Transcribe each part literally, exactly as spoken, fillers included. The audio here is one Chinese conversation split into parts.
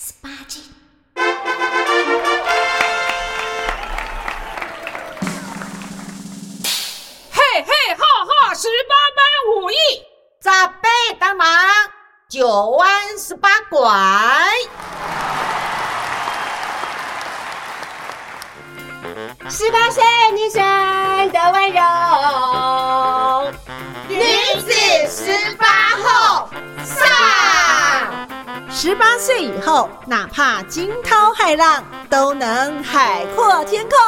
十八禁。 嘿嘿哈哈，十八般武艺， 十八当忙，九弯十八拐。十八岁女生的温柔，女子十八后上。 十八岁以后，哪怕惊涛骇浪，都能海阔天空。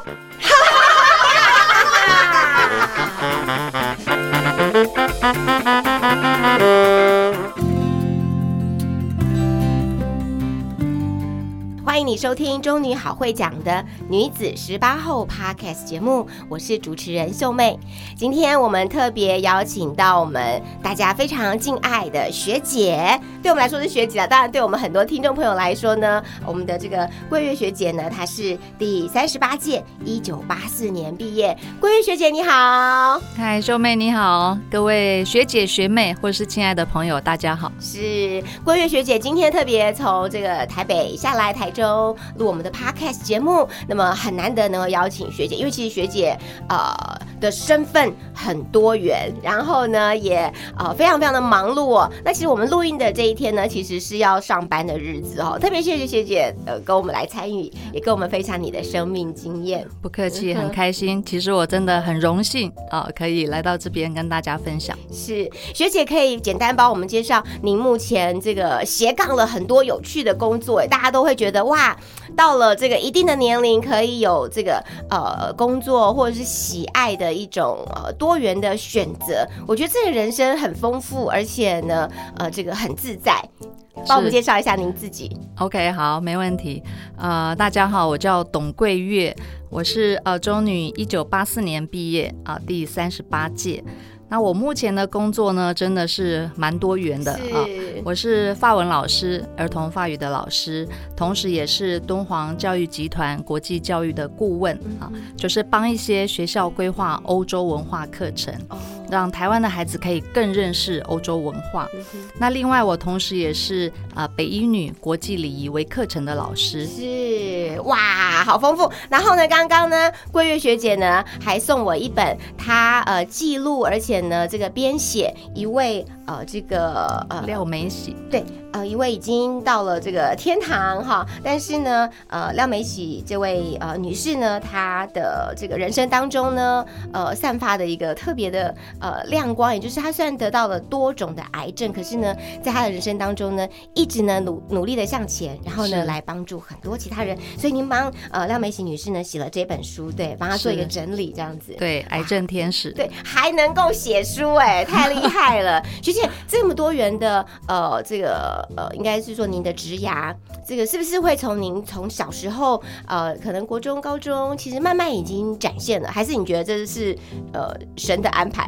欢迎你收听中女好会讲的女子十八后 Podcast 节目，我是主持人秀妹。今天我们特别邀请到我们大家非常敬爱的学姐，对我们来说是学姐啊，当然对我们很多听众朋友来说呢，我们的这个桂月学姐呢，她是第三十八届一九八四年毕业。桂月学姐你好。 嗨，秀妹你好，各位学姐学妹或是亲爱的朋友大家好。 是桂月学姐今天特别从这个台北下来台中录我们的 podcast 节目，那么很难得能够邀请学姐，因为其实学姐呃的身份很多元，然后呢也呃非常非常的忙碌哦。那其实我们录音的这一天呢，其实是要上班的日子哦，特别谢谢学姐呃跟我们来参与，也跟我们分享你的生命经验。 不客气，很开心。其实我真的很荣幸啊、呃，可以来到这边跟大家分享。 是学姐可以简单帮我们介绍您目前这个斜杠了很多有趣的工作，大家都会觉得哇，到了这个一定的年龄，可以有这个呃工作或者是喜爱的一种呃多元的选择。我觉得这个人生很丰富，而且呢呃这个很自在。帮我们介绍一下您自己。 OK， 好，没问题。呃，大家好，我叫董桂月，我是呃中女一九八四年毕业啊、呃，第三十八届。那我目前的工作呢，真的是蛮多元的啊。我是法文老师，儿童法语的老师，同时也是敦煌教育集团国际教育的顾问啊，就是帮一些学校规划欧洲文化课程，让台湾的孩子可以更认识欧洲文化。那另外，我同时也是啊北一女国际礼仪微课程的老师。 是哇，好丰富。然后呢，刚刚呢，桂月学姐呢还送我一本她呃记录，而且呢这个编写一位呃这个呃廖美喜， 对。呃，一位已经到了这个天堂哈，但是呢，呃，廖美喜这位呃女士呢，她的这个人生当中呢，呃，散发的一个特别的呃亮光，也就是她虽然得到了多种的癌症，可是呢，在她的人生当中呢，一直呢努努力的向前，然后呢来帮助很多其他人。所以您帮呃廖美喜女士呢写了这本书，对，帮她做一个整理，这样子。 对，癌症天使， 对，还能够写书，哎，太厉害了！学姐，这么多元的呃这个。呃，应该是说您的职涯，这个是不是会从您从小时候，呃，可能国中、高中，其实慢慢已经展现了，还是你觉得这是呃神的安排？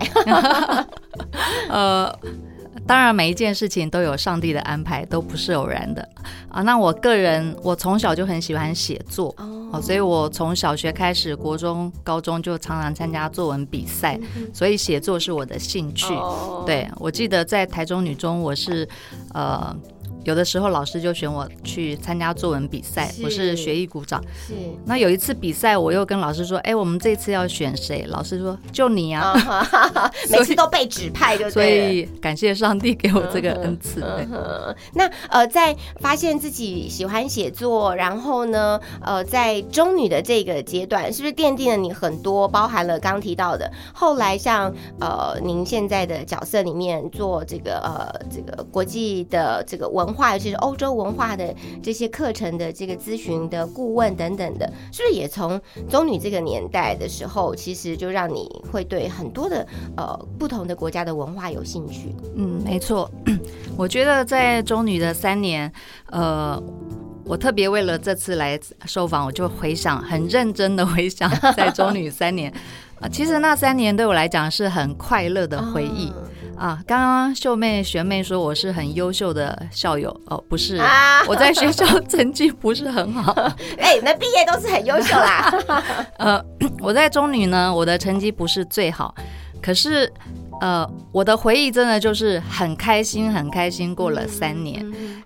呃。当然每一件事情都有上帝的安排，都不是偶然的啊。那我个人我从小就很喜欢写作、哦、所以我从小学开始，国中高中就常常参加作文比赛、嗯、所以写作是我的兴趣、哦、对，我记得在台中女中我是呃有的时候老师就选我去参加作文比赛，我是学艺股长。是，那有一次比赛，我又跟老师说：“哎、欸，我们这次要选谁？”老师说：“就你啊！” 哦、每次都被指派就对了， 所以感谢上帝给我这个恩赐。 嗯嗯、那呃，在发现自己喜欢写作，然后呢，呃，在中女的这个阶段，是不是奠定了你很多，包含了刚提到的，后来像呃您现在的角色里面做这个呃这个国际的这个文化。文化，尤其是欧洲文化的这些课程的这个咨询的顾问等等的，是不是也从中女这个年代的时候，其实就让你会对很多的呃不同的国家的文化有兴趣？ 嗯，没错。我觉得在中女的三年，呃。我特别为了这次来受访，我就回想，很认真的回想在中女三年啊，其实那三年对我来讲是很快乐的回忆、哦、啊。刚刚秀妹学妹说我是很优秀的校友哦，不是，啊、我在学校成绩不是很好。 哎、欸，那毕业都是很优秀啦。 呃，我在中女呢，我的成绩不是最好，可是。呃，我的回忆真的就是很开心，很开心过了三年。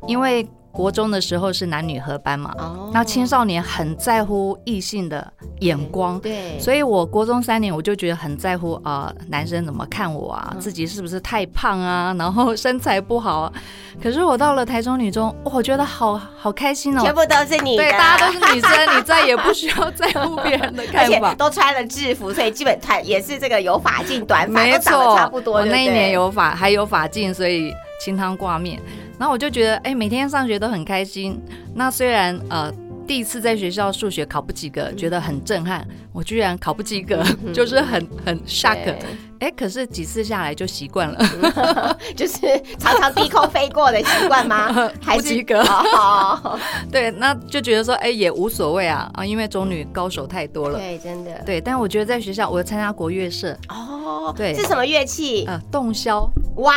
因为国中的时候是男女合班嘛， 哦， 那青少年很在乎异性的眼光， 对， 所以我国中三年我就觉得很在乎啊、呃，男生怎么看我啊， 嗯、 自己是不是太胖啊，然后身材不好啊。可是我到了台中女中，哦、我觉得好好开心哦， 全部都是你的， 对，大家都是女生，你再也不需要在乎别人的看法， 而且都穿了制服，所以基本穿也是这个有发镜、短发， 没都长得差不多。 我那一年有发，还有发镜，所以清汤挂面。然后我就觉得，哎，每天上学都很开心。那虽然呃第一次在学校数学考不及格，觉得很震撼，我居然考不及格，嗯、就是很很 shock。哎，可是几次下来就习惯了， 嗯、就是常常低空飞过的习惯吗？还是不及格？ 哦、 对，那就觉得说，哎，也无所谓啊啊，因为中女高手太多了。 对，真的。 对，但我觉得在学校，我参加国乐社。 哦， 对， 是什么乐器？ 呃，洞箫。 哇！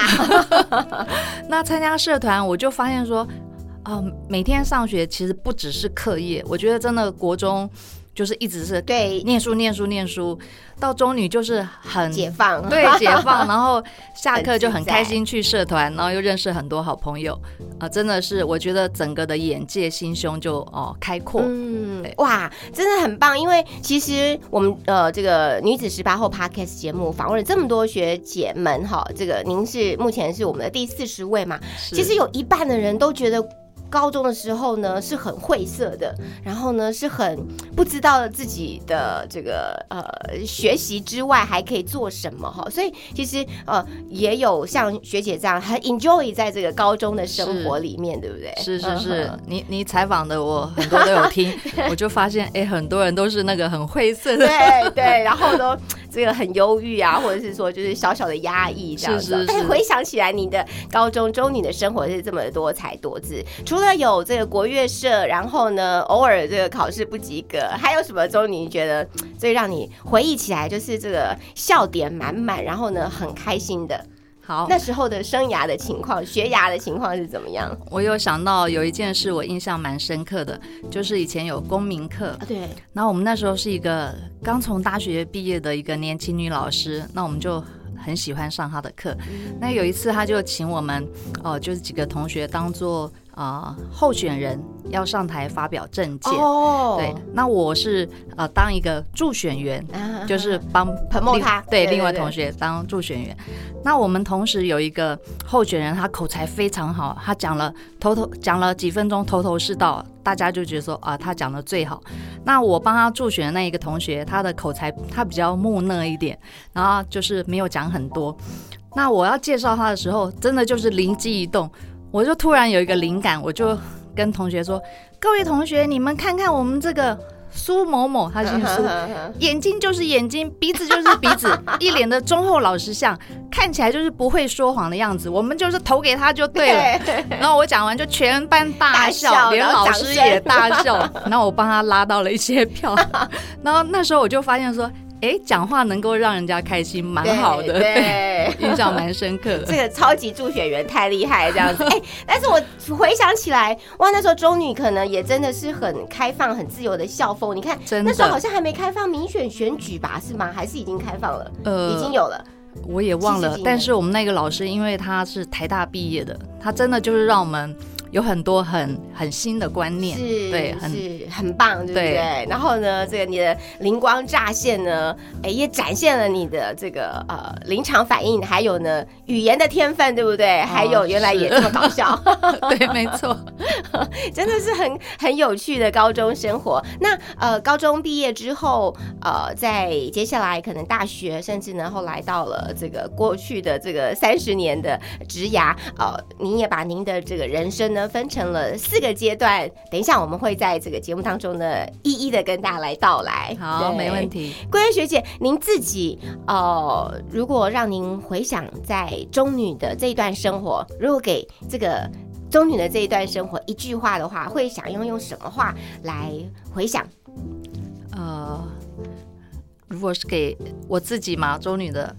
那参加社团，我就发现说，啊、呃，每天上学其实不只是课业，我觉得真的国中就是一直是对念书念书念书，到中女就是很解放， 对解放，然后下课就很开心去社团，然后又认识很多好朋友，啊、呃，真的是我觉得整个的眼界心胸就哦开阔， 嗯，哇，真的很棒，因为其实我们呃这个女子十八后 Podcast 节目访问了这么多学姐们哈，这个您是目前是我们的第四十位嘛，其实有一半的人都觉得高中的时候呢是很晦涩的，然后呢是很不知道自己的这个呃学习之外还可以做什么哈，所以其实呃也有像学姐这样很 enjoy 在这个高中的生活里面，对不对？ 是是是，嗯、你你采访的我很多都有听，我就发现哎，很多人都是那个很晦涩的， 对对，然后都这个很忧郁啊，或者是说就是小小的压抑这样子。是是是，但回想起来，你的高中中女的生活是这么多彩多姿，除了有这个国乐社，然后呢偶尔这个考试不及格，还有什么中女你觉得最让你回忆起来就是这个笑点满满，然后呢很开心的？ 好， 那时候的生涯的情况，学涯的情况是怎么样？ 我有想到有一件事我印象蛮深刻的，就是以前有公民课， 对， 然后我们那时候是一个刚从大学毕业的一个年轻女老师，那我们就很喜欢上她的课。那有一次她就请我们哦、呃，就是几个同学当做呃候选人要上台发表政见。哦，对，那我是呃当一个助选员，啊、就是帮 promote 他， 对，另外同学当助选员。那我们同时有一个候选人，他口才非常好，他讲了头头讲了几分钟，头头是道，大家就觉得说啊，他讲的最好。那我帮他助选的那一个同学，他的口才他比较木讷一点，然后就是没有讲很多。那我要介绍他的时候，真的就是灵机一动，我就突然有一个灵感，我就跟同学说：“各位同学，你们看看我们这个。”苏某某，他姓苏，眼睛就是眼睛，鼻子就是鼻子，一脸的忠厚老实相，看起来就是不会说谎的样子。我们就是投给他就对了。然后我讲完就全班大笑，大笑连老师也大笑。然后我帮他拉到了一些票。然后那时候我就发现说，哎，讲话能够让人家开心，蛮好的，对，对印象蛮深刻的。 这个超级助选员太厉害，这样子。哎，但是我回想起来，哇，那时候中女可能也真的是很开放、很自由的校风。你看，那时候好像还没开放民选选举吧？是吗？还是已经开放了？呃，已经有了。 我也忘了。但是我们那个老师，因为他是台大毕业的，他真的就是让我们。有很多很很新的观念， 是， 对， 很是很棒，对不对？对，然后呢，这个你的灵光乍现呢，哎，也展现了你的这个呃临场反应，还有呢语言的天分，对不对？哦、还有原来也这么搞笑， 对，没错， 真的是很很有趣的高中生活。那呃，高中毕业之后，呃，在接下来可能大学，甚至呢后来到了这个过去的这个三十年的职涯，呃，您也把您的这个人生呢。分成了四个阶段，等一下我们会在这个节目当中呢，一一的跟大家来道来。 好，没问题。 桂瑛学姐，您自己呃，如果让您回想在中女的这一段生活，如果给这个中女的这一段生活一句话的话，会想要用什么话来回想？ 呃，如果是给我自己嘛，中女的。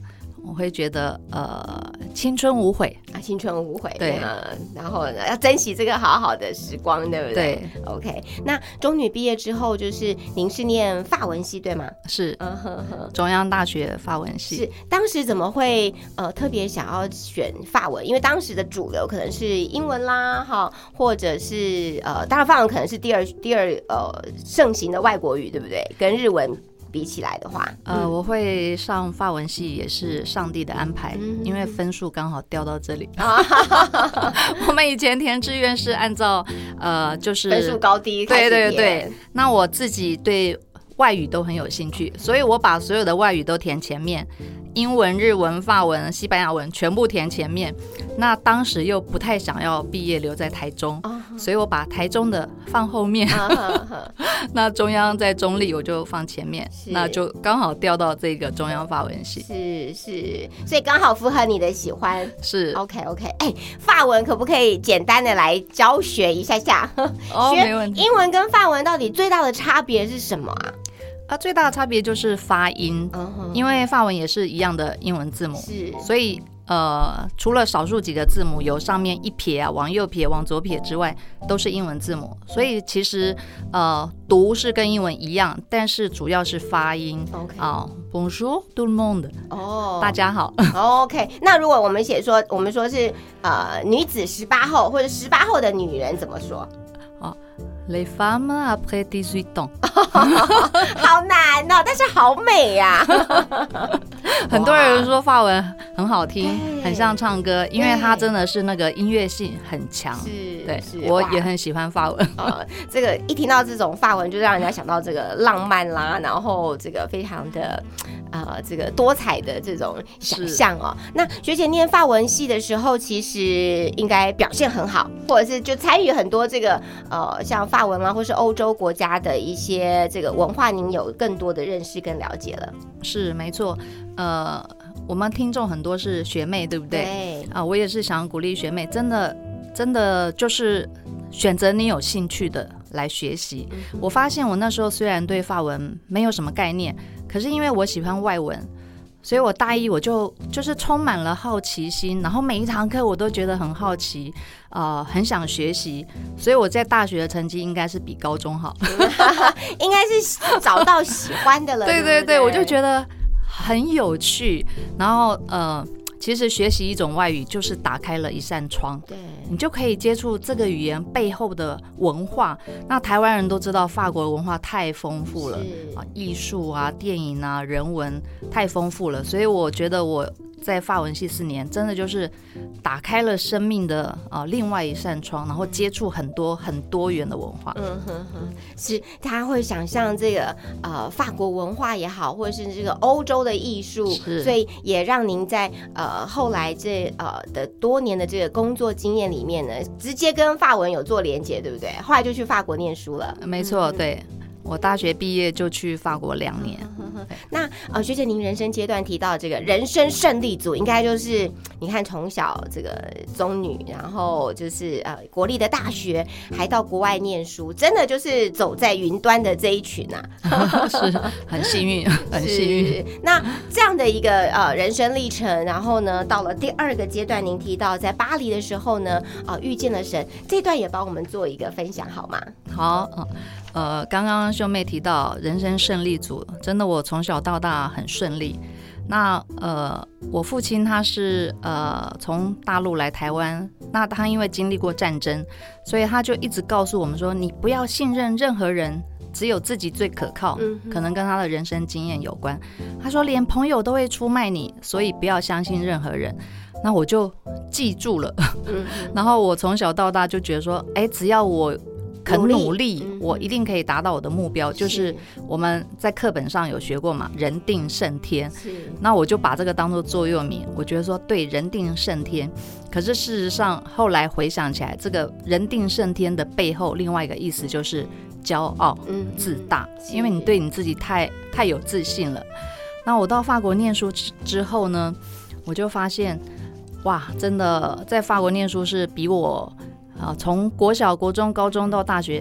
我会觉得呃青春无悔啊，青春无悔， 对、 嗯，然后呢要珍惜这个好好的时光，对不对？ 对 ，OK。那中女毕业之后，就是您是念法文系对吗？ 是， 嗯呵呵， 中央大学法文系。 是，当时怎么会呃特别想要选法文？因为当时的主流可能是英文啦，哈，或者是呃，当然法文可能是第二第二呃盛行的外国语，对不对？跟日文比起来的话， 呃， 嗯、 我会上法文系也是上帝的安排， 嗯、 因为分数刚好掉到这里。我们以前填志愿是按照呃，就是分数高低开始对填， 对对。那我自己对外语都很有兴趣，所以我把所有的外语都填前面，英文、日文、法文、西班牙文全部填前面。那当时又不太想要毕业留在台中，哦、所以我把台中的放后面。那中央在中立，我就放前面，那就刚好调到这个中央法文系。 是是，所以刚好符合你的喜欢。 是 OK OK， 哎、欸，法文可不可以简单的来教学一下下？ 哦，没问题。 英文跟法文到底最大的差别是什么啊？ 啊，最大的差别就是发音， uh-huh. 因为法文也是一样的英文字母， 是， 所以呃，除了少数几个字母有上面一撇啊、往右撇、往左撇之外，都是英文字母。所以其实呃，读是跟英文一样，但是主要是发音。 OK 啊、呃、，Bonjour tout le monde， 哦， 大家好。 OK， 那如果我们写说，我们说是呃女子十八后或者十八后的女人怎么说？ 哦。Les femmes après dix-huit ans 好难哦，但是好美呀、 啊！很多人说法文很好听，很像唱歌，因为它真的是那个音乐性很强。 是， 对，我也很喜欢法文。 呃，这个一听到这种法文，就让人家想到这个浪漫啦，然后这个非常的呃这个多彩的这种想象哦。那学姐念法文系的时候，其实应该表现很好，或者是就参与很多这个呃像法文啦，或是欧洲国家的一些这个文化，您有更多的认识跟了解了。 是没错，呃，我们听众很多是学妹，对不对？ 对啊、呃，我也是想鼓励学妹，真的真的就是选择你有兴趣的来学习。嗯、我发现我那时候虽然对法文没有什么概念，可是因为我喜欢外文，所以我大一我就就是充满了好奇心，然后每一堂课我都觉得很好奇，呃，很想学习，所以我在大学的成绩应该是比高中好， 应该是找到喜欢的了。 对对 对, 对，我就觉得很有趣，然后呃。其实学习一种外语就是打开了一扇窗， 对， 你就可以接触这个语言背后的文化。那台湾人都知道法国文化太丰富了啊，艺术啊、电影啊、人文太丰富了，所以我觉得我在法文系四年，真的就是打开了生命的、呃、另外一扇窗，然后接触很多很多元的文化。 嗯哼哼，是他会想象这个呃法国文化也好，或者是这个欧洲的艺术，所以也让您在呃后来这呃的多年的这个工作经验里面呢，直接跟法文有做连结，对不对？后来就去法国念书了。 没错，嗯、对。我大学毕业就去法国两年。 那呃，学姐，您人生阶段提到这个人生胜利组，应该就是你看从小这个中女，然后就是呃国立的大学，还到国外念书，真的就是走在云端的这一群啊， 是很幸运，很幸运。 那这样的一个呃人生历程，然后呢，到了第二个阶段，您提到在巴黎的时候呢，呃遇见了神，这段也帮我们做一个分享好吗？ 好，嗯。呃，刚刚兄妹提到人生胜利组，真的我从小到大很顺利。那呃，我父亲他是呃从大陆来台湾，那他因为经历过战争，所以他就一直告诉我们说，你不要信任任何人，只有自己最可靠。嗯、可能跟他的人生经验有关。他说连朋友都会出卖你，所以不要相信任何人。那我就记住了。嗯、然后我从小到大就觉得说，哎，只要我肯努力，嗯、我一定可以达到我的目标。就是我们在课本上有学过嘛，人定胜天。那我就把这个当作座右铭。我觉得说，对，人定胜天。可是事实上，后来回想起来，这个人定胜天的背后，另外一个意思就是骄傲、嗯、自大，因为你对你自己太太有自信了。那我到法国念书之后呢，我就发现，哇，真的在法国念书是比我。啊，从国小、国中、高中到大学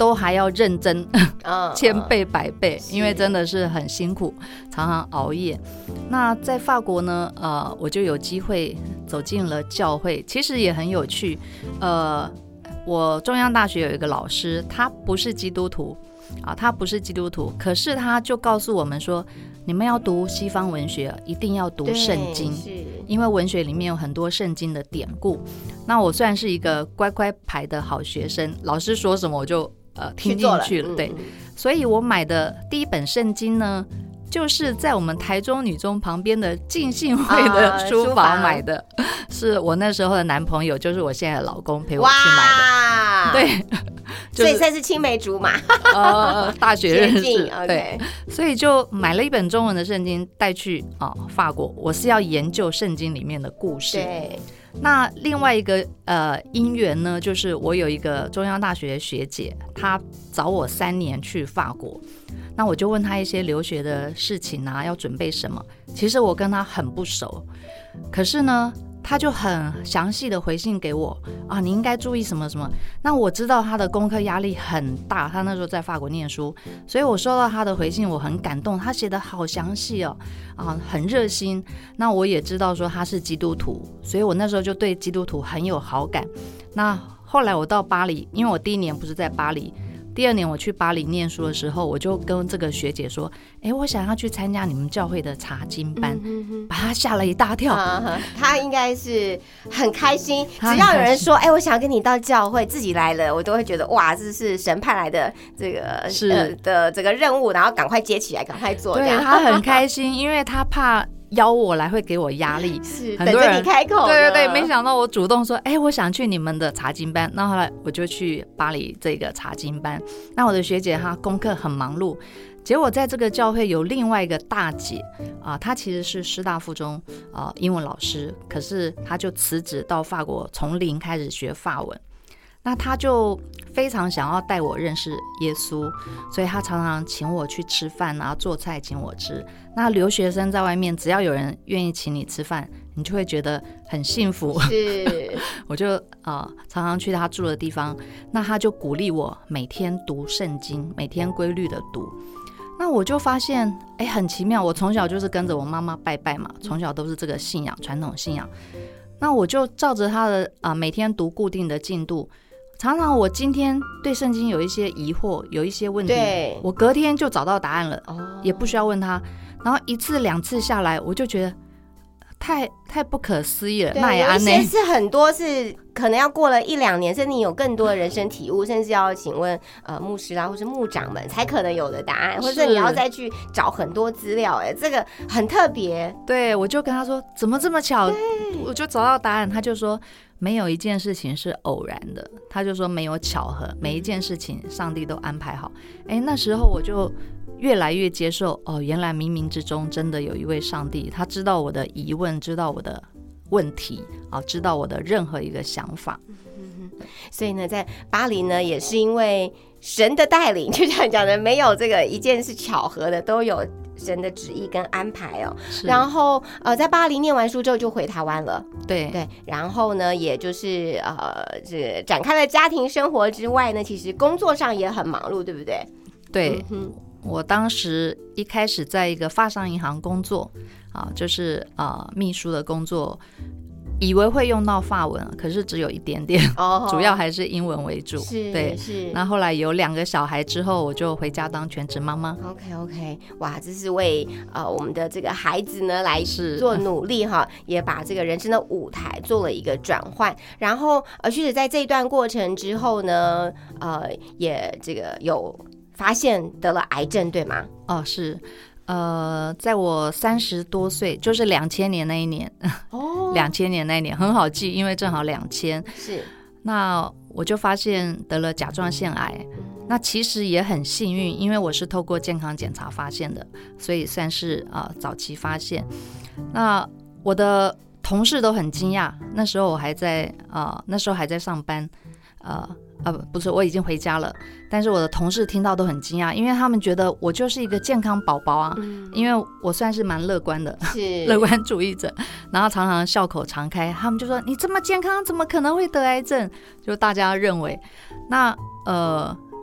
都还要认真嗯千倍百倍，因为真的是很辛苦，常常熬夜。那在法国呢，呃，我就有机会走进了教会，其实也很有趣。呃，我中央大学有一个老师，他不是基督徒啊，他不是基督徒，可是他就告诉我们说，你们要读西方文学，一定要读圣经，因为文学里面有很多圣经的典故。那我算是一个乖乖牌的好学生，老师说什么我就呃听进去了，嗯、对，所以我买的第一本圣经呢，就是在我们台中女中旁边的浸信会的书房买的，呃、是我那时候的男朋友，就是我现在的老公陪我去买的，对。 就是、所以算是青梅竹马， 呃，大学认识， okay. 对，所以就买了一本中文的圣经带去啊、呃、法国，我是要研究圣经里面的故事。 对， 那另外一个呃因缘呢，就是我有一个中央大学的学姐，她找我三年去法国，那我就问她一些留学的事情啊，要准备什么。其实我跟她很不熟，可是呢，他就很详细的回信给我啊，你应该注意什么什么。那我知道他的功课压力很大，他那时候在法国念书，所以我收到他的回信，我很感动，他写的好详细哦，啊，很热心。那我也知道说他是基督徒，所以我那时候就对基督徒很有好感。那后来我到巴黎，因为我第一年不是在巴黎，第二年我去巴黎念书的时候，我就跟这个学姐说，哎，我想要去参加你们教会的查经班，嗯、把她吓了一大跳。 啊、她应该是很开心，只要有人说，哎，我想要跟你到教会，自己来了，我都会觉得哇，这是神派来的这个是、 呃、的这个任务，然后赶快接起来，赶快做。 对，她很开心，因为她怕邀我来会给我压力， 是很多人等着你开口。 对对对，没想到我主动说，哎，我想去你们的查经班。那后来我就去巴黎这个查经班。那我的学姐她功课很忙碌，结果在这个教会有另外一个大姐啊、呃，她其实是师大附中啊、呃、英文老师，可是她就辞职到法国，从零开始学法文。那他就非常想要带我认识耶稣，所以他常常请我去吃饭啊，做菜请我吃。那留学生在外面，只要有人愿意请你吃饭，你就会觉得很幸福。 是， 我就呃常常去他住的地方，那他就鼓励我每天读圣经，每天规律的读。那我就发现，哎，很奇妙。我从小就是跟着我妈妈拜拜嘛，从小都是这个信仰，传统信仰。那我就照着他的啊、呃、每天读固定的进度。常常我今天对圣经有一些疑惑，有一些问题，我隔天就找到答案了，哦、也不需要问他。然后一次两次下来，我就觉得太太不可思议了。那也安内， 有一些是很多是可能要过了一两年，甚至你有更多的人生体悟，甚至要请问呃牧师啦或是牧长们才可能有的答案，或者你要再去找很多资料。哎，这个很特别。 对，我就跟他说怎么这么巧，我就找到答案。他就说没有一件事情是偶然的，他就说没有巧合，每一件事情上帝都安排好。哎，那时候我就越来越接受，哦，原来冥冥之中真的有一位上帝，他知道我的疑问，知道我的问题，啊，知道我的任何一个想法。 所以呢，在巴黎呢，也是因为神的带领，就像讲的，没有这个一件是巧合的，都有神的旨意跟安排哦。然后呃，在巴黎念完书之后就回台湾了， 对对。然后呢，也就是呃，这展开了家庭生活之外呢，其实工作上也很忙碌，对不对？ 对。嗯，我当时一开始在一个法商银行工作啊，就是呃秘书的工作，以为会用到法文，可是只有一点点，哦、主要还是英文为主。 是， 对， 是。 那后来有两个小孩之后，我就回家当全职妈妈。 OK OK， 哇，这是为呃我们的这个孩子呢来做努力哈，也把这个人生的舞台做了一个转换。然后呃，其实在这一段过程之后呢，呃，也这个有发现得了癌症，对吗？ 哦，是。呃，在我三十多岁，就是两千年那一年，哦，两千年那一年很好记，因为正好两千。 是， 那我就发现得了甲状腺癌。那其实也很幸运，因为我是透过健康检查发现的，所以算是呃早期发现。那我的同事都很惊讶，那时候我还在呃那时候还在上班，呃。啊，不是，我已经回家了。但是我的同事听到都很惊讶，因为他们觉得我就是一个健康宝宝啊，嗯、因为我算是蛮乐观的，乐观主义者，然后常常笑口常开。他们就说你这么健康，怎么可能会得癌症？就大家认为，那呃，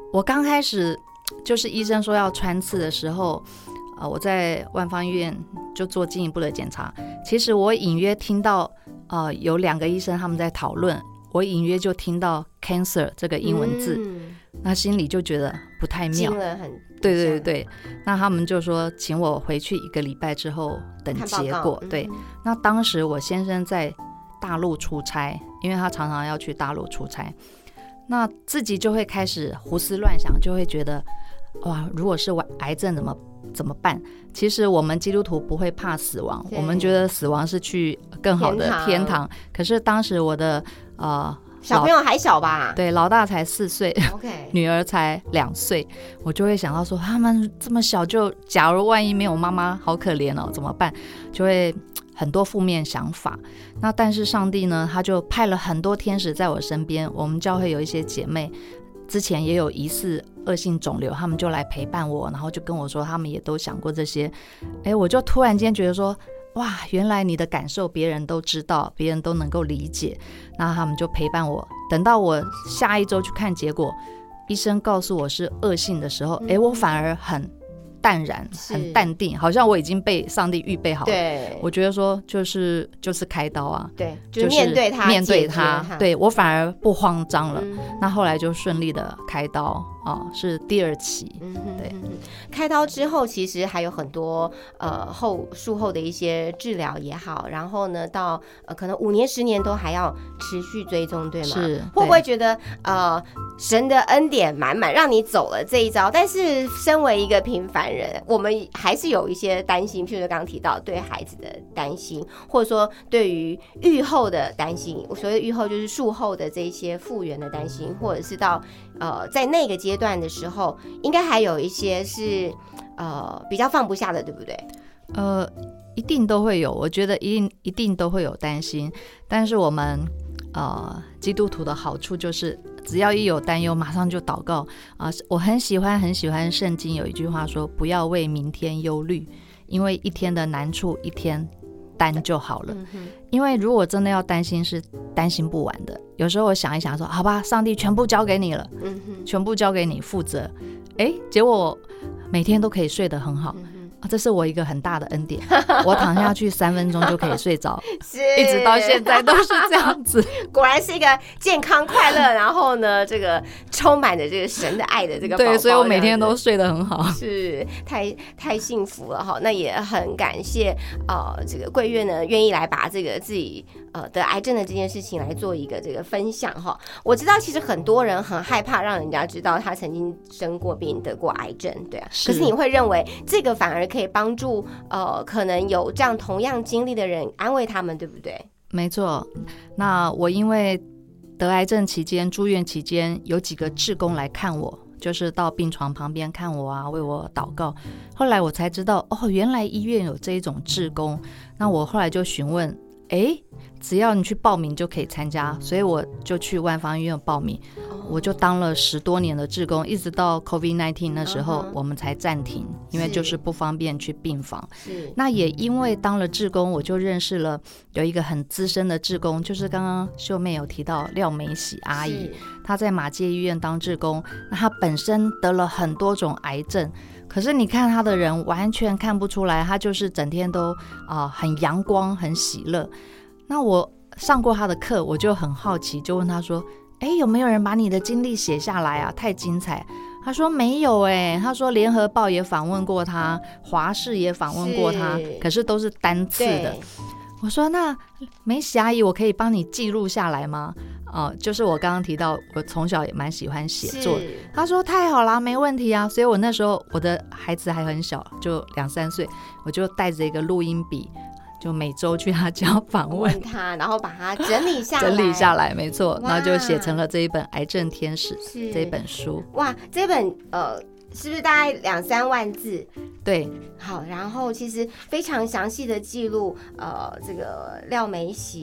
我刚开始就是医生说要穿刺的时候，呃，我在万芳医院就做进一步的检查。其实我隐约听到，呃，有两个医生他们在讨论，我隐约就听到 cancer 这个英文字，嗯、那心里就觉得不太妙， 很对对对对。那他们就说请我回去一个礼拜之后等结果。对，嗯、那当时我先生在大陆出差，因为他常常要去大陆出差，那自己就会开始胡思乱想，就会觉得哇，如果是癌症怎么怎么办？其实我们基督徒不会怕死亡，我们觉得死亡是去更好的天堂。天堂可是当时我的呃小朋友还小吧？ 对，老大才四岁， okay. 女儿才两岁，我就会想到说，他们这么小就，假如万一没有妈妈，好可怜哦，怎么办？就会很多负面想法。那但是上帝呢，他就派了很多天使在我身边。我们教会有一些姐妹，之前也有疑似恶性肿瘤，他们就来陪伴我，然后就跟我说，他们也都想过这些。哎，我就突然间觉得说，哇，原来你的感受别人都知道，别人都能够理解。那他们就陪伴我，等到我下一周去看结果，医生告诉我是恶性的时候，哎、嗯，我反而很淡然，很淡定，好像我已经被上帝预备好了。 对， 我觉得说就是就是开刀啊， 对，就是面对他， 面对他，对，我反而不慌张了。 嗯、 那后来就顺利的开刀啊，是第二期。 嗯、 对、 嗯，开刀之后其实还有很多呃后术后的一些治疗也好，然后呢到呃可能五年十年都还要持续追踪，对吗？ 是， 会不会觉得呃神的恩典满满，让你走了这一招？但是身为一个平凡人，我们还是有一些担心，譬如说刚刚提到对孩子的担心，或者说对于愈后的担心。我所谓愈后就是术后的这些复原的担心，或者是到呃在那个阶段的时候，应该还有一些是呃比较放不下的，对不对？ 呃，一定都会有，我觉得一定一定都会有担心。但是我们呃基督徒的好处就是，只要一有担忧，马上就祷告啊、呃！我很喜欢很喜欢圣经有一句话说，不要为明天忧虑，因为一天的难处一天担就好了。嗯、因为如果真的要担心，是担心不完的。有时候我想一想说，好吧，上帝全部交给你了，嗯、全部交给你负责。哎，结果我每天都可以睡得很好。嗯啊、这是我一个很大的恩典，我躺下去三分钟就可以睡着，一直到现在都是这样子。 果然是一个健康快乐，然后呢，这个充满着这个神的爱的这个宝宝。 对，所以我每天都睡得很好， 是太太幸福了哈。那也很感谢呃这个桂月呢，愿意来把这个自己呃得癌症的这件事情来做一个这个分享哈。我知道其实很多人很害怕让人家知道他曾经生过病得过癌症，对啊。是可是你会认为这个反而可以帮助呃可能有这样同样经历的人，安慰他们，对不对？ 没错。那我因为得癌症期间住院期间，有几个志工来看我，就是到病床旁边看我啊，为我祷告。后来我才知道，哦，原来医院有这一种志工。那我后来就询问，哎，只要你去报名就可以参加，所以我就去万芳医院报名。我就当了十多年的志工，一直到 COVID 十九 那时候我们才暂停，因为就是不方便去病房。那也因为当了志工，我就认识了有一个很资深的志工，就是刚刚秀妹有提到廖美喜阿姨，她在马偕医院当志工。那她本身得了很多种癌症，可是你看她的人完全看不出来，她就是整天都、呃、很阳光很喜乐。那我上过她的课，我就很好奇，就问她说，哎，有没有人把你的经历写下来啊？太精彩！他说没有哎、欸，他说联合报也访问过他，华视也访问过他，可是都是单次的。我说那美喜阿姨，我可以帮你记录下来吗？哦、呃，就是我刚刚提到，我从小也蛮喜欢写作。他说太好啦，没问题啊。所以我那时候我的孩子还很小，就两三岁，我就带着一个录音笔。就每周去他家访问他，然后把它整理下来， 整理下来，没错，然后就写成了这一本《癌症天使》这一本书。 哇，这本呃，是不是大概两三万字？ 对， 好，然后其实非常详细的记录，呃，这个廖美喜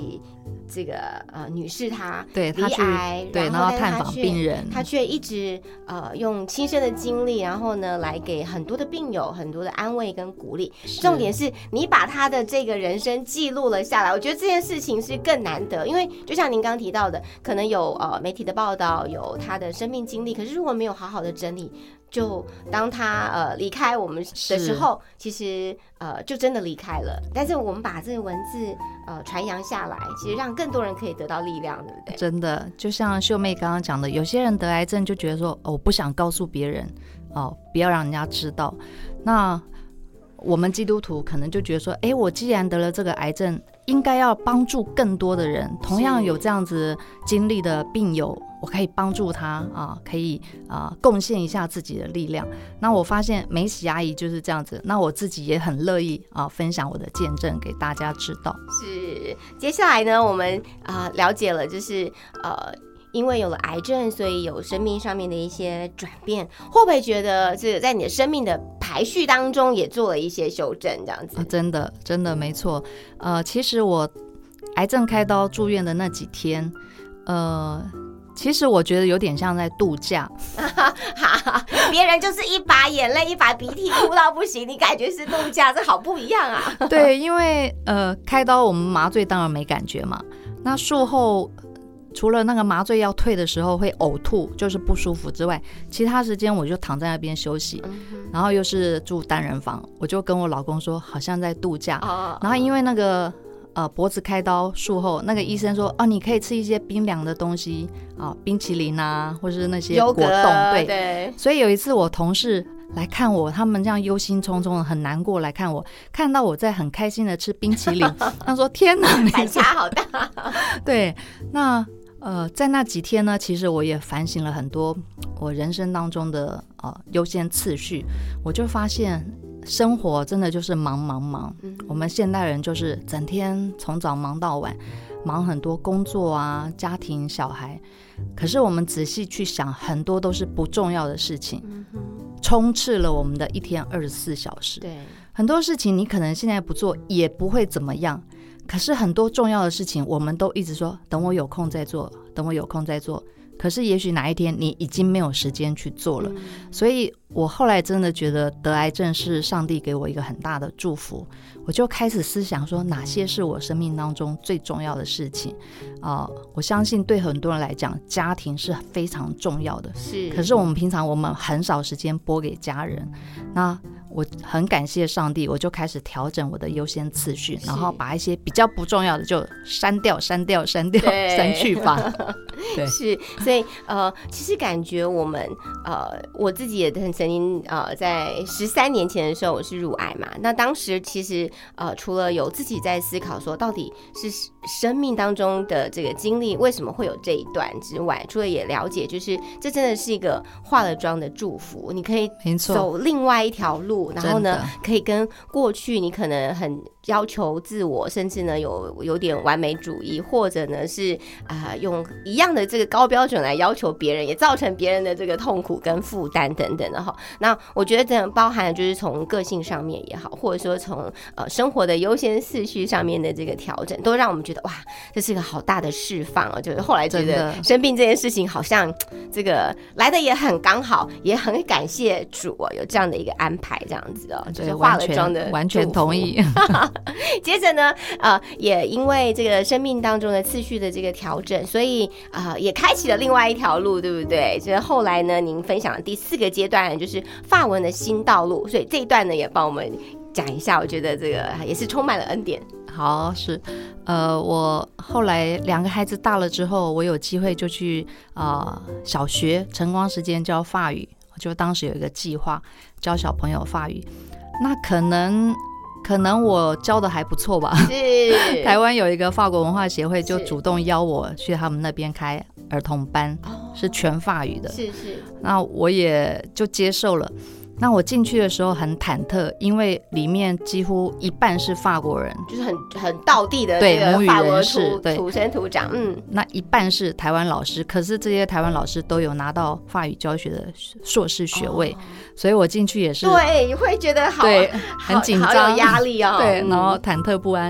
这个呃女士她对罹癌， 对，然后探访病人， 她却一直呃用亲身的经历，然后呢来给很多的病友很多的安慰跟鼓励。重点是你把她的这个人生记录了下来，我觉得这件事情是更难得，因为就像您刚刚提到的，可能有呃媒体的报道，有她的生命经历，可是如果没有好好的整理，就当他呃离开我们的时候，其实呃就真的离开了。但是我们把这个文字呃传扬下来，其实让更多人可以得到力量，对不对？ 真的，就像秀妹刚刚讲的，有些人得癌症就觉得说，哦，我不想告诉别人，哦，不要让人家知道。那我们基督徒可能就觉得说，哎，我既然得了这个癌症，应该要帮助更多的人，同样有这样子经历的病友，我可以帮助他啊，可以啊贡献一下自己的力量。那我发现梅喜阿姨就是这样子，那我自己也很乐意啊分享我的见证给大家知道。 是，接下来呢，我们啊、呃、了解了，就是呃。因为有了癌症，所以有生命上面的一些转变，会不会觉得这个在你的生命的排序当中也做了一些修正，这样子？ 啊、真的，真的没错。呃，其实我癌症开刀住院的那几天，呃，其实我觉得有点像在度假。 别人就是一把眼泪一把鼻涕哭到不行，你感觉是度假，这好不一样啊。 对，因为呃开刀我们麻醉当然没感觉嘛，那术后除了那个麻醉药退的时候会呕吐，就是不舒服之外，其他时间我就躺在那边休息，然后又是住单人房，我就跟我老公说好像在度假。然后因为那个呃脖子开刀术后，那个医生说哦，你可以吃一些冰凉的东西啊，冰淇淋啊，或是那些果冻。对对。所以有一次我同事来看我，他们这样忧心忡忡的很难过来看我，看到我在很开心的吃冰淇淋，他说天哪， 反差好大。 对，那呃，在那几天呢，其实我也反省了很多我人生当中的呃优先次序，我就发现生活真的就是忙忙忙，嗯、我们现代人就是整天从早忙到晚，忙很多工作啊、家庭、小孩，可是我们仔细去想，很多都是不重要的事情，嗯、充斥了我们的一天二十四小时。对，很多事情你可能现在不做也不会怎么样。可是很多重要的事情我们都一直说等我有空再做，等我有空再做，可是也许哪一天你已经没有时间去做了。嗯、所以我后来真的觉得得癌症是上帝给我一个很大的祝福，我就开始思想说哪些是我生命当中最重要的事情。呃、我相信对很多人来讲家庭是非常重要的，是，可是我们平常我们很少时间拨给家人。那我很感谢上帝，我就开始调整我的优先次序，然后把一些比较不重要的就删掉删掉删掉删去法。对， 是，所以呃，其实感觉我们呃，我自己也曾经呃，在十三年前的时候我是乳癌嘛，那当时其实呃，除了有自己在思考说到底是生命当中的这个经历为什么会有这一段之外，除了也了解就是这真的是一个化了妆的祝福，你可以走另外一条路，然后呢可以跟过去你可能很要求自我，甚至呢有有点完美主义，或者呢是啊、呃、用一样的这个高标准来要求别人，也造成别人的这个痛苦跟负担等等的哈。那我觉得这包含就是从个性上面也好，或者说从呃生活的优先次序上面的这个调整，都让我们觉得哇，这是一个好大的释放哦。就是后来觉得生病这件事情好像这个来的也很刚好，也很感谢主哦，有这样的一个安排，这样子哦，就是化了妆的完全同意。 接着呢，呃，也因为这个生命当中的次序的这个调整，所以呃，也开启了另外一条路，对不对？就是后来呢，您分享的第四个阶段就是法文的新道路，所以这一段呢也帮我们讲一下，我觉得这个也是充满了恩典。 好，是，呃，我后来两个孩子大了之后，我有机会就去呃小学晨光时间教法语，就当时有一个计划教小朋友法语，那可能。可能我教的还不错吧，是台湾有一个法国文化协会就主动邀我去他们那边开儿童班，是全法语的，是是，那我也就接受了。那我进去的时候很忐忑，因为里面几乎一半是法国人， 就是很很道地的这个法国土土生土长，嗯， 那一半是台湾老师，可是这些台湾老师都有拿到法语教学的硕士学位，哦、所以我进去也是对，会觉得好对很紧张， 好有压力哦， 对，然后忐忑不安。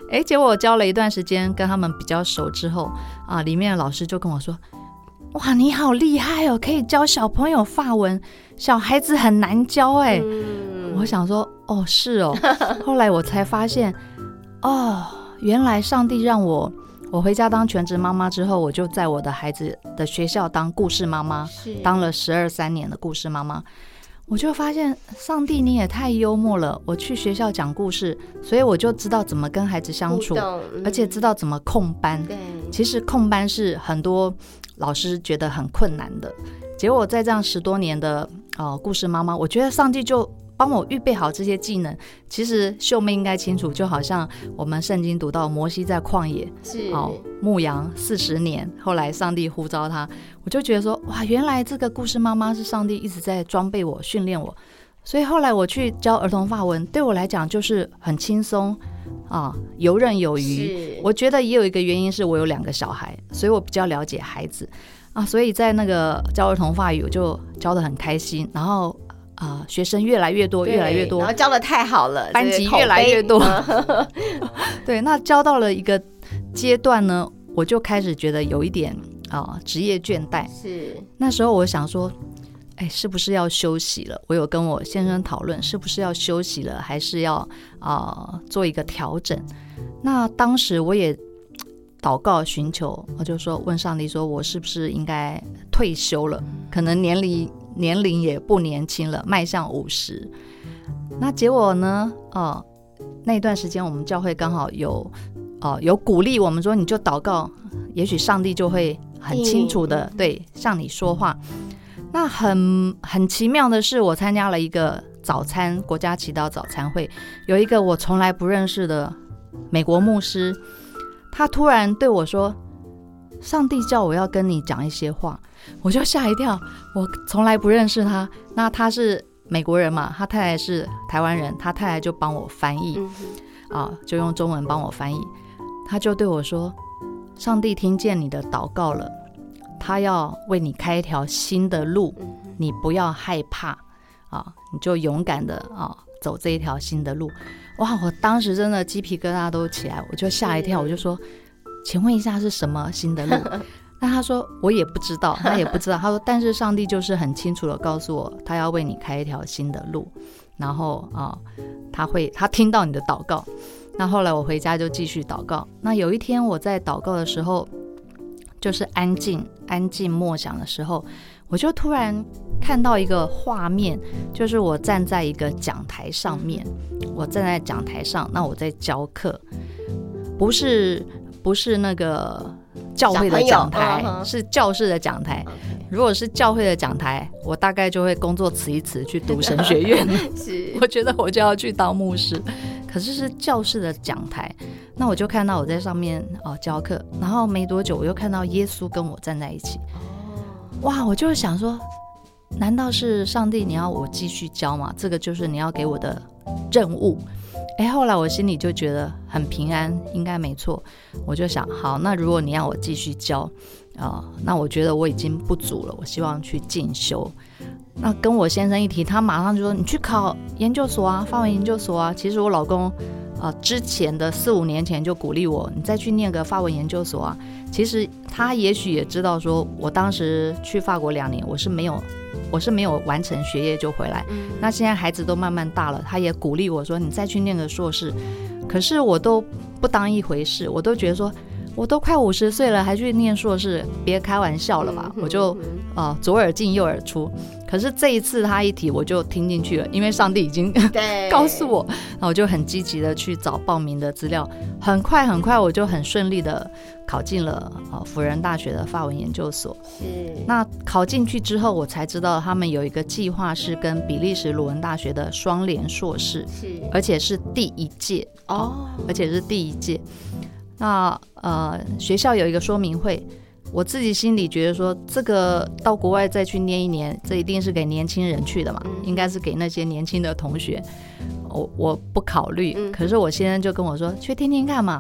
哎，结果我教了一段时间，跟他们比较熟之后啊，里面的老师就跟我说，哇，你好厉害哦，可以教小朋友法文，小孩子很难教哎、嗯。我想说，哦，是哦。后来我才发现，哦，原来上帝让我，我回家当全职妈妈之后，我就在我的孩子的学校当故事妈妈，当了十二三年的故事妈妈。我就发现，上帝你也太幽默了！我去学校讲故事，所以我就知道怎么跟孩子相处，嗯、而且知道怎么控班。其实控班是很多老师觉得很困难的。结果在这样十多年的、呃、故事妈妈，我觉得上帝就帮我预备好这些技能。其实秀妹应该清楚，就好像我们圣经读到摩西在旷野是、哦、牧羊四十年，后来上帝呼召他，我就觉得说，哇，原来这个故事妈妈是上帝一直在装备我、训练我。所以后来我去教儿童法文，对我来讲就是很轻松啊，游刃有余。我觉得也有一个原因是我有两个小孩，所以我比较了解孩子啊，所以在那个教儿童法语我就教得很开心，然后啊、呃，学生越来越多，越来越多， 然后教得太好了， 班级越来越多。对，那教到了一个阶段呢，我就开始觉得有一点啊、呃、职业倦怠。是，那时候我想说，哎，是不是要休息了？我有跟我先生讨论，是不是要休息了，还是要啊、呃、做一个调整？那当时我也祷告寻求，我就说问上帝说，我是不是应该退休了？可能年龄。年龄也不年轻了，迈向五十。那结果呢？哦，那段时间我们教会刚好有哦有鼓励我们说，你就祷告，也许上帝就会很清楚的、嗯、对向你说话。那很很奇妙的是，我参加了一个早餐国家祈祷早餐会，有一个我从来不认识的美国牧师，他突然对我说，上帝叫我要跟你讲一些话。我就吓一跳，我从来不认识他，那他是美国人嘛，他太太是台湾人，他太太就帮我翻译、嗯啊、就用中文帮我翻译。他就对我说，上帝听见你的祷告了，他要为你开一条新的路，你不要害怕、啊、你就勇敢的、啊、走这一条新的路。哇，我当时真的鸡皮疙瘩都起来，我就吓一跳，我就说，请问一下是什么新的路？那他说我也不知道，他也不知道。他说但是上帝就是很清楚的告诉我，他要为你开一条新的路，然后啊、呃，他会他听到你的祷告。那后来我回家就继续祷告。那有一天我在祷告的时候，就是安静安静默想的时候，我就突然看到一个画面，就是我站在一个讲台上面，我站在讲台上，那我在教课，不是不是那个教会的讲台，是教室的讲台。如果是教会的讲台，我大概就会工作辞一辞去读神学院是，我觉得我就要去当牧师。可是是教室的讲台，那我就看到我在上面、呃、教课，然后没多久我又看到耶稣跟我站在一起。哇，我就想说，难道是上帝你要我继续教吗？这个就是你要给我的任务。哎，后来我心里就觉得很平安，应该没错。我就想，好，那如果你要我继续教、呃、那我觉得我已经不足了，我希望去进修。那跟我先生一提，他马上就说，你去考研究所啊，法文研究所啊。其实我老公、呃、之前的四五年前就鼓励我，你再去念个法文研究所啊。其实他也许也知道说，我当时去法国两年，我是没有我是没有完成学业就回来、嗯、那现在孩子都慢慢大了，他也鼓励我说，你再去念个硕士。可是我都不当一回事，我都觉得说，我都快五十岁了还去念硕士，别开玩笑了吧、嗯、我就、呃、左耳进右耳出。可是这一次他一提我就听进去了，因为上帝已经告诉我，那我就很积极的去找报名的资料，很快很快我就很顺利的考进了、呃、辅仁大学的法文研究所。那考进去之后，我才知道他们有一个计划是跟比利时鲁文大学的双联硕士，而且是第一届哦，而且是第一届。那呃，学校有一个说明会，我自己心里觉得说，这个到国外再去念一年，这一定是给年轻人去的嘛，嗯、应该是给那些年轻的同学。我我不考虑、嗯，可是我先生就跟我说，去听听看嘛，听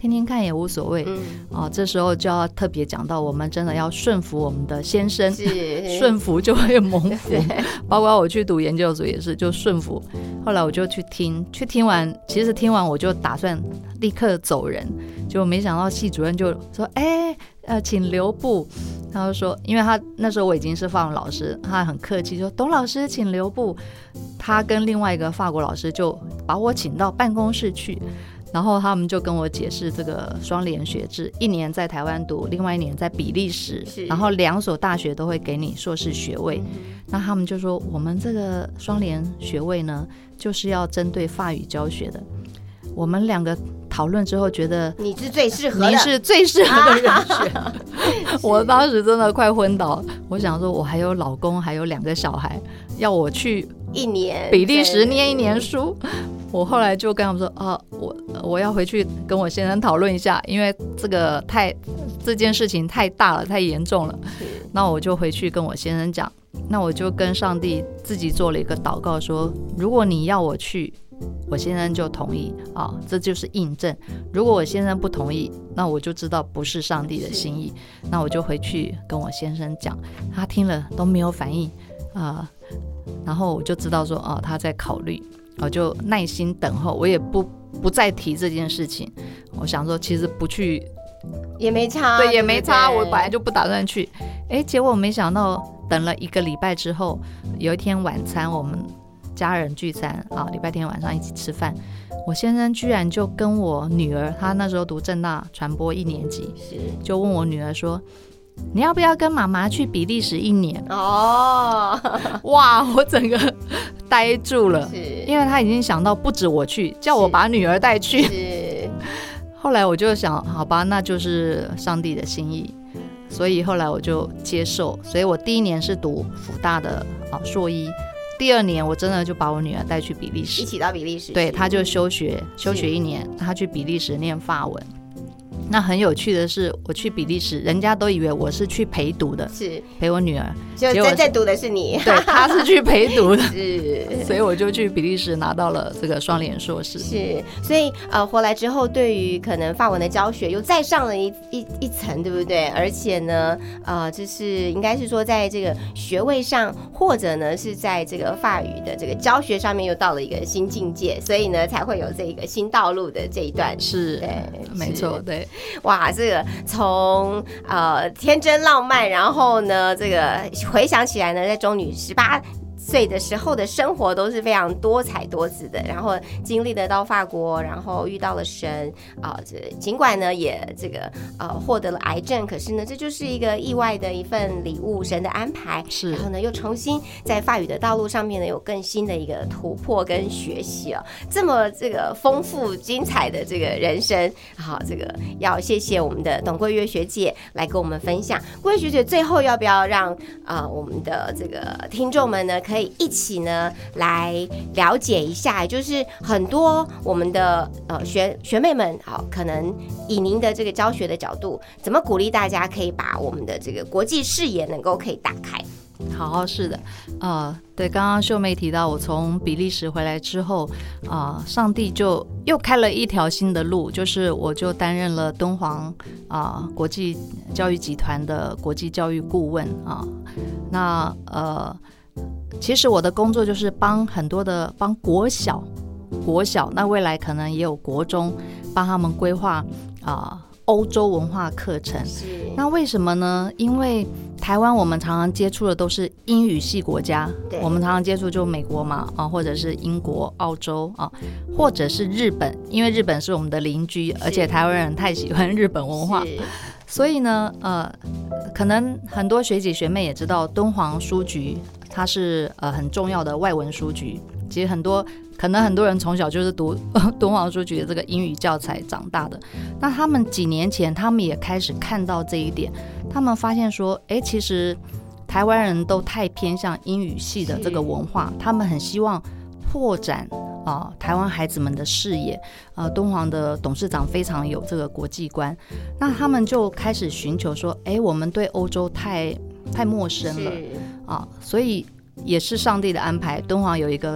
听听看也无所谓。嗯哦，这时候就要特别讲到，我们真的要顺服我们的先生，顺服就会蒙福。包括我去读研究所也是，就顺服。后来我就去听，去听完，其实听完我就打算立刻走人，结果没想到系主任就说：“哎、欸，呃，请留步。”他就说，因为他那时候我已经是法文老师，他很客气说：“董老师，请留步。”他跟另外一个法国老师就把我请到办公室去。然后他们就跟我解释这个双联学制，一年在台湾读，另外一年在比利时，然后两所大学都会给你硕士学位。嗯、那他们就说，我们这个双联学位呢，就是要针对法语教学的。我们两个讨论之后，觉得你是最适合的， 你是最适合的人选。我当时真的快昏倒，我想说，我还有老公，还有两个小孩，要我去一年比利时念一年书。我后来就跟他们说啊，我我要回去跟我先生讨论一下，因为这个太这件事情太大了，太严重了。那我就回去跟我先生讲，那我就跟上帝自己做了一个祷告说，如果你要我去，我先生就同意啊，这就是印证。如果我先生不同意，那我就知道不是上帝的心意。那我就回去跟我先生讲，他听了都没有反应啊、呃，然后我就知道说哦、啊，他在考虑。我就耐心等候，我也不不再提这件事情。我想说，其实不去也没差， 对，也没差。 对对， 我本来就不打算去，哎，结果没想到等了一个礼拜之后，有一天晚餐，我们家人聚餐啊，礼拜天晚上一起吃饭，我先生居然就跟我女儿，他那时候读政大传播一年级，就问我女儿说，你要不要跟妈妈去比利时一年？哦，哇，我整个呆住了，因为他已经想到不止我去，叫我把女儿带去。后来我就想，好吧，那就是上帝的心意，所以后来我就接受。所以我第一年是读辅大的、啊、硕一，第二年我真的就把我女儿带去比利时， 一起到比利时， 对，她就休学休学一年，她去比利时念法文。那很有趣的是，我去比利时，人家都以为我是去陪读的，是陪我女儿， 就真正读的是你， 对，她是去陪读的， 是， 所以我就去比利时拿到了这个双联硕士。 是，所以呃，回来之后，对于可能法文的教学又再上了一一一层，对不对？而且呢，呃，就是应该是说，在这个学位上，或者呢是在这个法语的这个教学上面，又到了一个新境界，所以呢，才会有这个新道路的这一段。 是，对，没错，对。 哇，这个从呃天真浪漫，然后呢，这个回想起来呢，在中女十八岁的时候的生活都是非常多彩多姿的，然后经历了到法国，然后遇到了神啊、呃，这尽管呢也这个呃获得了癌症，可是呢这就是一个意外的一份礼物，神的安排。是，然后呢又重新在法语的道路上面呢有更新的一个突破跟学习哦，这么这个丰富精彩的这个人生，好，这个要谢谢我们的董桂月学姐来跟我们分享。桂月学姐最后要不要让啊、呃、我们的这个听众们呢？可以一起呢来了解一下，就是很多我们的呃学学妹们，好，可能以您的这个教学的角度，怎么鼓励大家可以把我们的这个国际视野能够可以打开？ 好，是的，呃，对，刚刚秀妹提到，我从比利时回来之后，啊、呃，上帝就又开了一条新的路，就是我就担任了敦煌啊、呃、国际教育集团的国际教育顾问啊、呃，那呃。其实我的工作就是帮很多的帮国小国小那未来可能也有国中，帮他们规划啊欧洲文化课程。那为什么呢？因为台湾我们常常接触的都是英语系国家，我们常常接触就美国嘛，啊，或者是英国、澳洲啊，或者是日本，因为日本是我们的邻居，而且台湾人太喜欢日本文化，所以呢，呃，可能很多学姐学妹也知道敦煌书局。它是呃很重要的外文书局，其实很多可能很多人从小就是读敦煌书局的这个英语教材长大的。那他们几年前，他们也开始看到这一点，他们发现说，哎，其实台湾人都太偏向英语系的这个文化，他们很希望拓展啊、呃、台湾孩子们的视野。呃，敦煌的董事长非常有这个国际观，那他们就开始寻求说，哎，我们对欧洲太太陌生了。啊，所以也是上帝的安排。敦煌有一个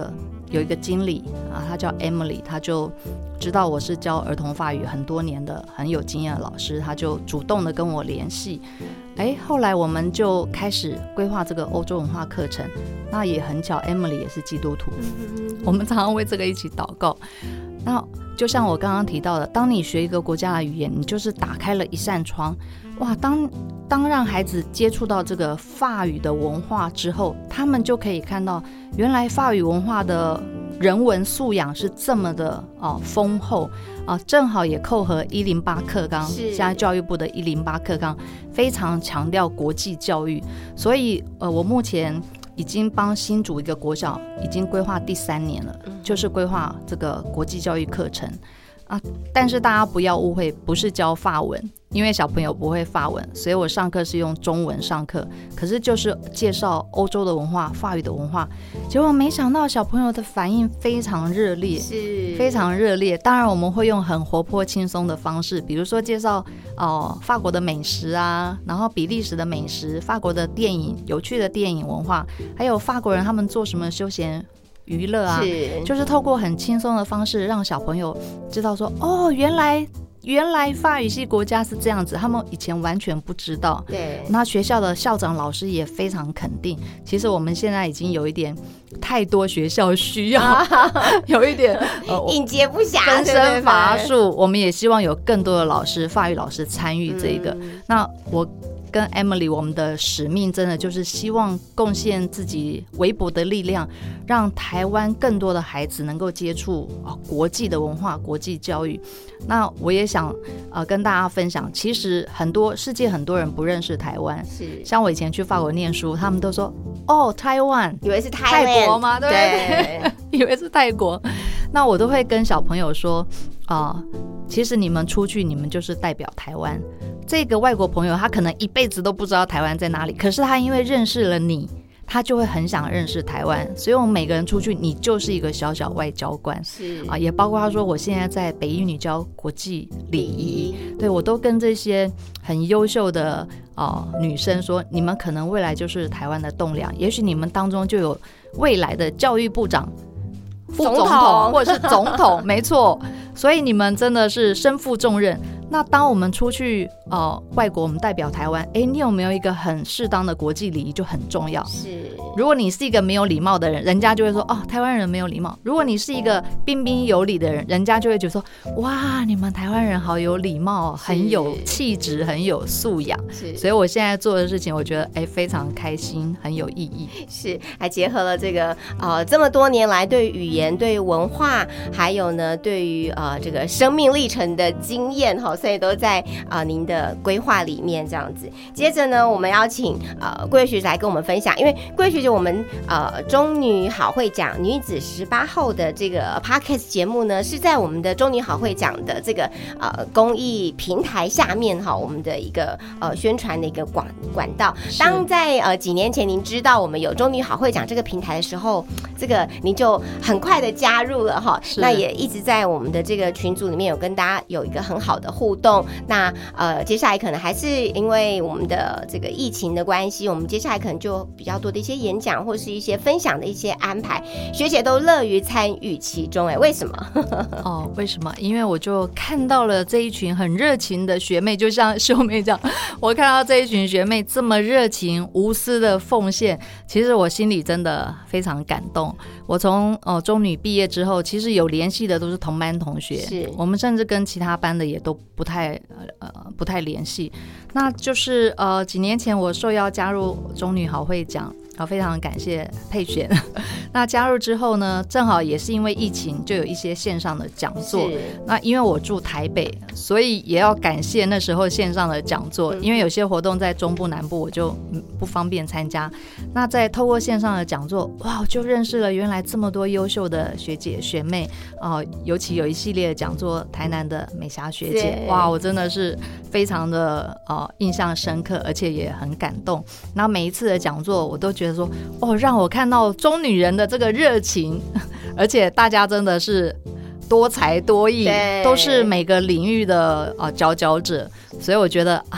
有一个经理啊，他叫 Emily， 他就知道我是教儿童法语很多年的很有经验的老师，他就主动的跟我联系。哎，后来我们就开始规划这个欧洲文化课程。那也很巧 ，Emily 也是基督徒，我们常常为这个一起祷告。那就像我刚刚提到的，当你学一个国家的语言，你就是打开了一扇窗。哇，当当让孩子接触到这个法语的文化之后，他们就可以看到，原来法语文化的人文素养是这么的哦丰厚啊，正好也扣合一零八课纲，现在教育部的一零八课纲非常强调国际教育，所以呃，我目前已经帮新竹一个国小已经规划第三年了，就是规划这个国际教育课程啊。但是大家不要误会，不是教法文，因为小朋友不会法文，所以我上课是用中文上课，可是就是介绍欧洲的文化，法语的文化。结果没想到小朋友的反应非常热烈， 是非常热烈。当然我们会用很活泼轻松的方式，比如说介绍、呃、法国的美食啊，然后比利时的美食，法国的电影，有趣的电影文化，还有法国人他们做什么休闲娱乐啊，是就是透过很轻松的方式让小朋友知道说，哦，原来原来法语系国家是这样子，他们以前完全不知道。 对， 那学校的校长老师也非常肯定。其实我们现在已经有一点太多学校需要，啊、有一点、 呃、应接不暇， 分身乏术。我们也希望有更多的老师，法语老师参与这个。嗯、那我跟 Emily 我们的使命真的就是希望贡献自己微薄的力量，让台湾更多的孩子能够接触、哦、国际的文化、国际教育。那我也想、呃、跟大家分享，其实很多世界很多人不认识台湾，是像我以前去法国念书，他们都说哦台湾， 以为是泰国吗？对不对？对以为是泰国。那我都会跟小朋友说、呃、其实你们出去，你们就是代表台湾。这个外国朋友他可能一辈子都不知道台湾在哪里，可是他因为认识了你，他就会很想认识台湾。所以我们每个人出去，你就是一个小小外交官，是啊，也包括他说我现在在北一女教国际礼仪，对，我都跟这些很优秀的、呃、女生说，你们可能未来就是台湾的栋梁，也许你们当中就有未来的教育部长、副总统或者是总统，没错，所以你们真的是身负重任。那当我们出去、呃、外国，我们代表台湾，哎，你有没有一个很适当的国际礼仪就很重要。是，如果你是一个没有礼貌的人，人家就会说哦，台湾人没有礼貌。如果你是一个彬彬有礼的人，人家就会觉得说，哇，你们台湾人好有礼貌，很有气质，很有素养。是，所以我现在做的事情，我觉得哎非常开心，很有意义。 是，还结合了这个呃这么多年来对语言、对文化，还有呢对于呃这个生命历程的经验哈。所以都在、呃、您的规划里面这样子。接着呢，我们要请呃桂学姐来跟我们分享，因为桂学姐我们呃中女好会讲女子十八后的这个 podcast 节目呢，是在我们的中女好会讲的这个呃公益平台下面哈，我们的一个呃宣传的一个管管道。当在呃几年前您知道我们有中女好会讲这个平台的时候，这个您就很快的加入了哈，那也一直在我们的这个群组里面有跟大家有一个很好的互动。互动。那呃，接下来可能还是因为我们的这个疫情的关系，我们接下来可能就比较多的一些演讲或是一些分享的一些安排，学姐都乐于参与其中。哎，为什么？ 哦，为什么？因为我就看到了这一群很热情的学妹，就像秀妹这样，我看到这一群学妹这么热情无私的奉献，其实我心里真的非常感动。我从、呃、中女毕业之后，其实有联系的都是同班同学，是我们甚至跟其他班的也都不太呃不太联系。那就是呃几年前我受邀加入中女好会讲，啊，非常感谢佩璇。那加入之后呢，正好也是因为疫情，就有一些线上的讲座。那因为我住台北，所以也要感谢那时候线上的讲座，因为有些活动在中部南部我就不方便参加。那在透过线上的讲座，哇，就认识了原来这么多优秀的学姐学妹、呃、尤其有一系列的讲座，台南的美霞学姐，哇，我真的是非常的、呃、印象深刻，而且也很感动。然后每一次的讲座，我都觉得说，哦，让我看到中女人的这个热情，而且大家真的是多才多艺，都是每个领域的、呃、佼佼者，所以我觉得啊，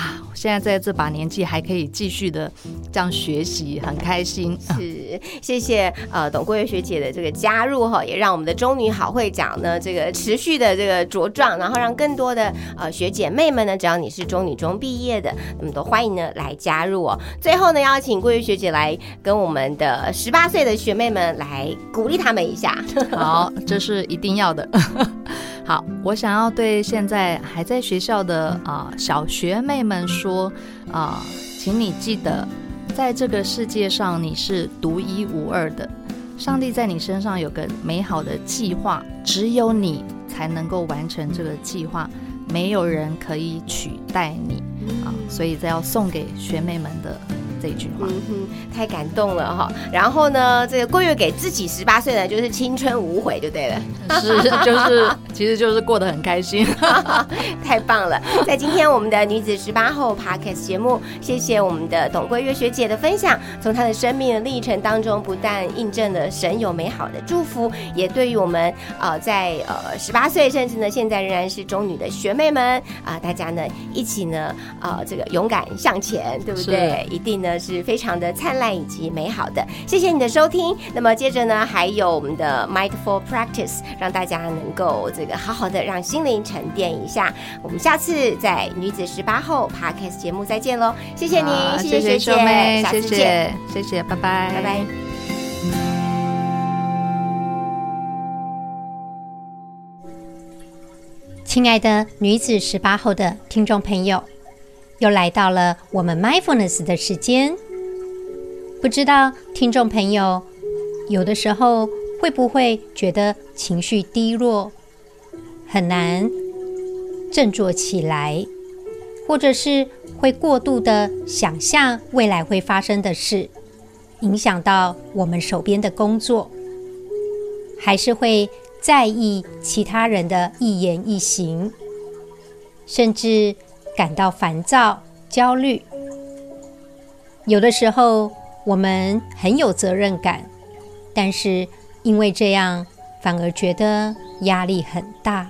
现在在这把年纪还可以继续的这样学习，很开心。 是，谢谢呃董桂月学姐的这个加入哈，也让我们的中女好会讲呢这个持续的这个茁壮，然后让更多的呃学姐妹们呢，只要你是中女中毕业的，那么都欢迎呢来加入哦。最后呢，邀请桂月学姐来跟我们的十八岁的学妹们来鼓励他们一下。 好，这是一定要的。好，我想要对现在还在学校的啊、呃、小学妹们说啊、呃，请你记得，在这个世界上你是独一无二的，上帝在你身上有个美好的计划，只有你才能够完成这个计划，没有人可以取代你啊，所以这要送给学妹们的这一句话。 嗯哼，太感动了哈。然后呢，这个桂月给自己十八岁呢，就是青春无悔就对了。 是，就是其实就是过得很开心。 太棒了。在今天我们的女子十八后 Podcast 节目，谢谢我们的董桂月学姐的分享，从她的生命的历程当中，不但印证了神有美好的祝福，也对于我们呃在呃十八岁甚至呢现在仍然是中女的学妹们啊、呃，大家呢一起呢呃这个勇敢向前，对不对？一定呢是非常的灿烂以及美好的。谢谢你的收听。那么接着呢还有我们的 Mindful Practice， 让大家能够这个好好的让心灵沉淀一下。我们下次在女子十八后 Podcast 节目再见喽！谢谢您，谢谢学姐， 妹， 下次见， 谢谢，谢谢，拜拜， 拜拜。 亲爱的女子十八后的听众朋友，又来到了我们 Mindfulness 的时间。不知道听众朋友有的时候会不会觉得情绪低落，很难振作起来，或者是会过度的想象未来会发生的事，影响到我们手边的工作，还是会在意其他人的一言一行，甚至感到烦躁、焦虑。有的时候我们很有责任感，但是因为这样反而觉得压力很大。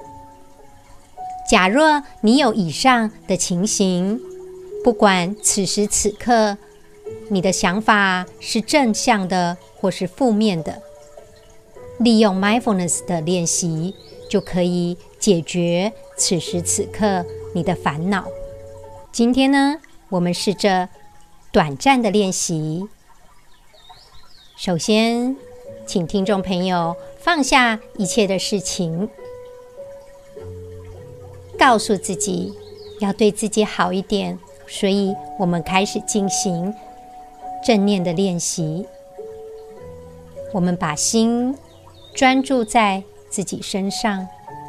假若你有以上的情形，不管此时此刻你的想法是正向的或是负面的，利用 mindfulness 的练习就可以解决此时此刻你的烦恼。今天呢，我们试着短暂的练习。首先，请听众朋友放下一切的事情，告诉自己要对自己好一点，所以我们开始进行正念的练习。我们把心专注在自己身上，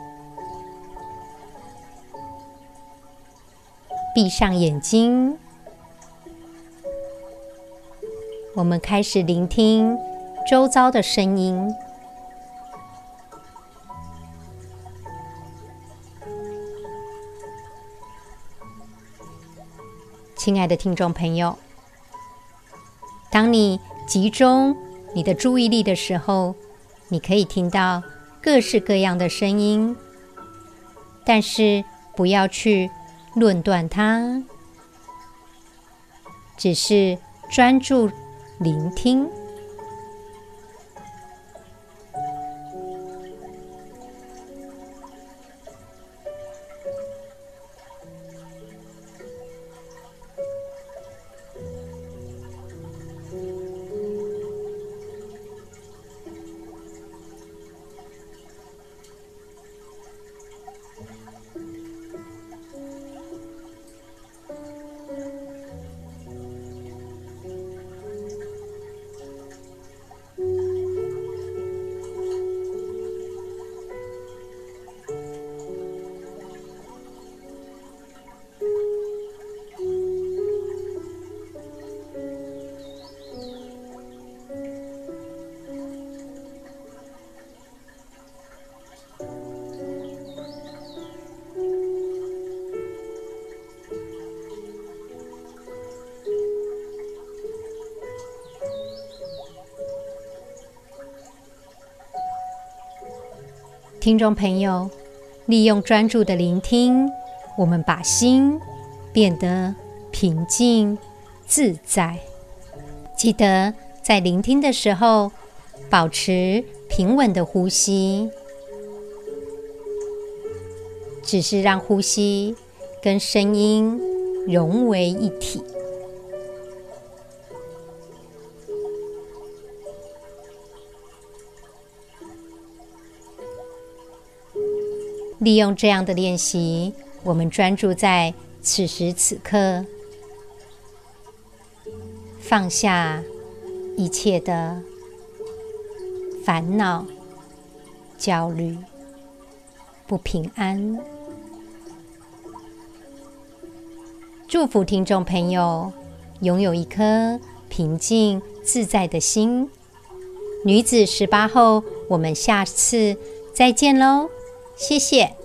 闭上眼睛，我们开始聆听周遭的声音。亲爱的听众朋友，当你集中你的注意力的时候，你可以听到各式各样的声音，但是不要去论断它，只是专注聆听。听众朋友，利用专注的聆听，我们把心变得平静自在。记得在聆听的时候，保持平稳的呼吸，只是让呼吸跟声音融为一体。利用这样的练习，我们专注在此时此刻，放下一切的烦恼、焦虑、不平安。祝福听众朋友拥有一颗平静自在的心。女子十八后，我们下次再见喽，谢谢。